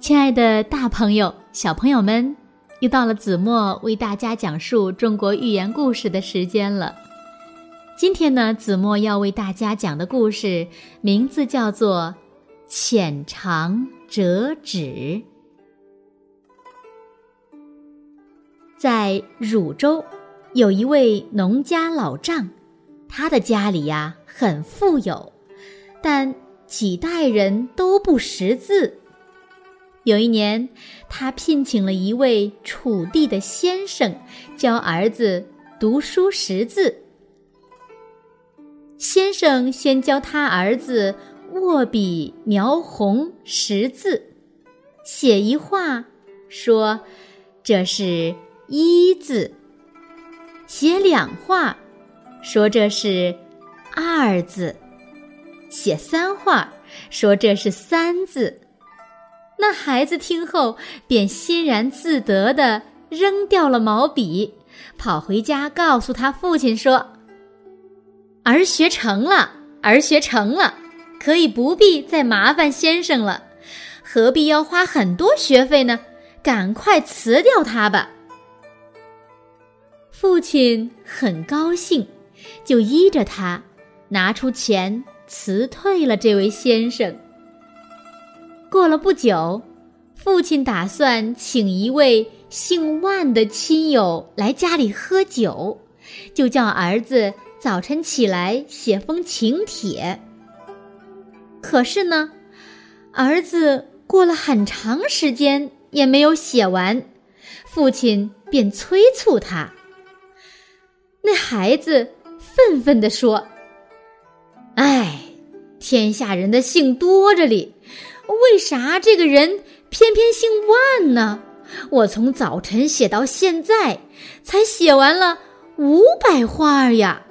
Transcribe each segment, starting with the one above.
亲爱的大朋友、小朋友们，又到了子墨为大家讲述中国寓言故事的时间了。今天呢，子墨要为大家讲的故事名字叫做《浅尝辄止》。在汝州，有一位农家老丈，他的家里很富有，但几代人都不识字。有一年，他聘请了一位楚地的先生，教儿子读书识字。先生先教他儿子握笔描红识字，写一画说这是一字，写两画说这是二字，写三画说这是三字。那孩子听后便欣然自得地扔掉了毛笔，跑回家告诉他父亲说：儿学成了，儿学成了，可以不必再麻烦先生了，何必要花很多学费呢？赶快辞掉他吧。父亲很高兴，就依着他拿出钱辞退了这位先生。过了不久，父亲打算请一位姓万的亲友来家里喝酒，就叫儿子早晨起来写封请帖。可是呢，儿子过了很长时间也没有写完，父亲便催促他。那孩子愤愤地说：哎，天下人的姓多着哩，为啥这个人偏偏姓万呢？我从早晨写到现在，才写完了500画呀。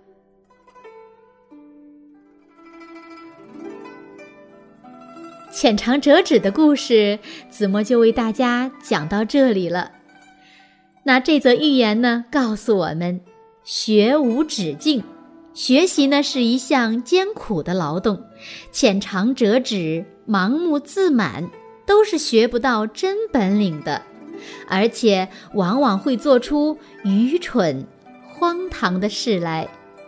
浅尝辄止的故事，子墨就为大家讲到这里了。那这则寓言呢，告诉我们学无止境，学习呢是一项艰苦的劳动，浅尝辄止、盲目自满都是学不到真本领的，而且往往会做出愚蠢、荒唐的事来。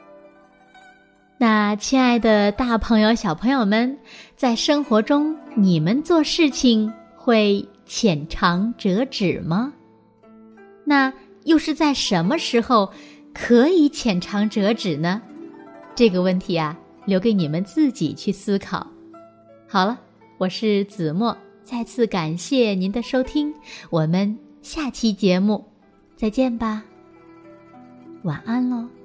那亲爱的大朋友、小朋友们，在生活中你们做事情会浅尝辄止吗？那又是在什么时候可以浅尝辄止呢？这个问题留给你们自己去思考。好了，我是子墨，再次感谢您的收听，我们下期节目再见吧，晚安喽。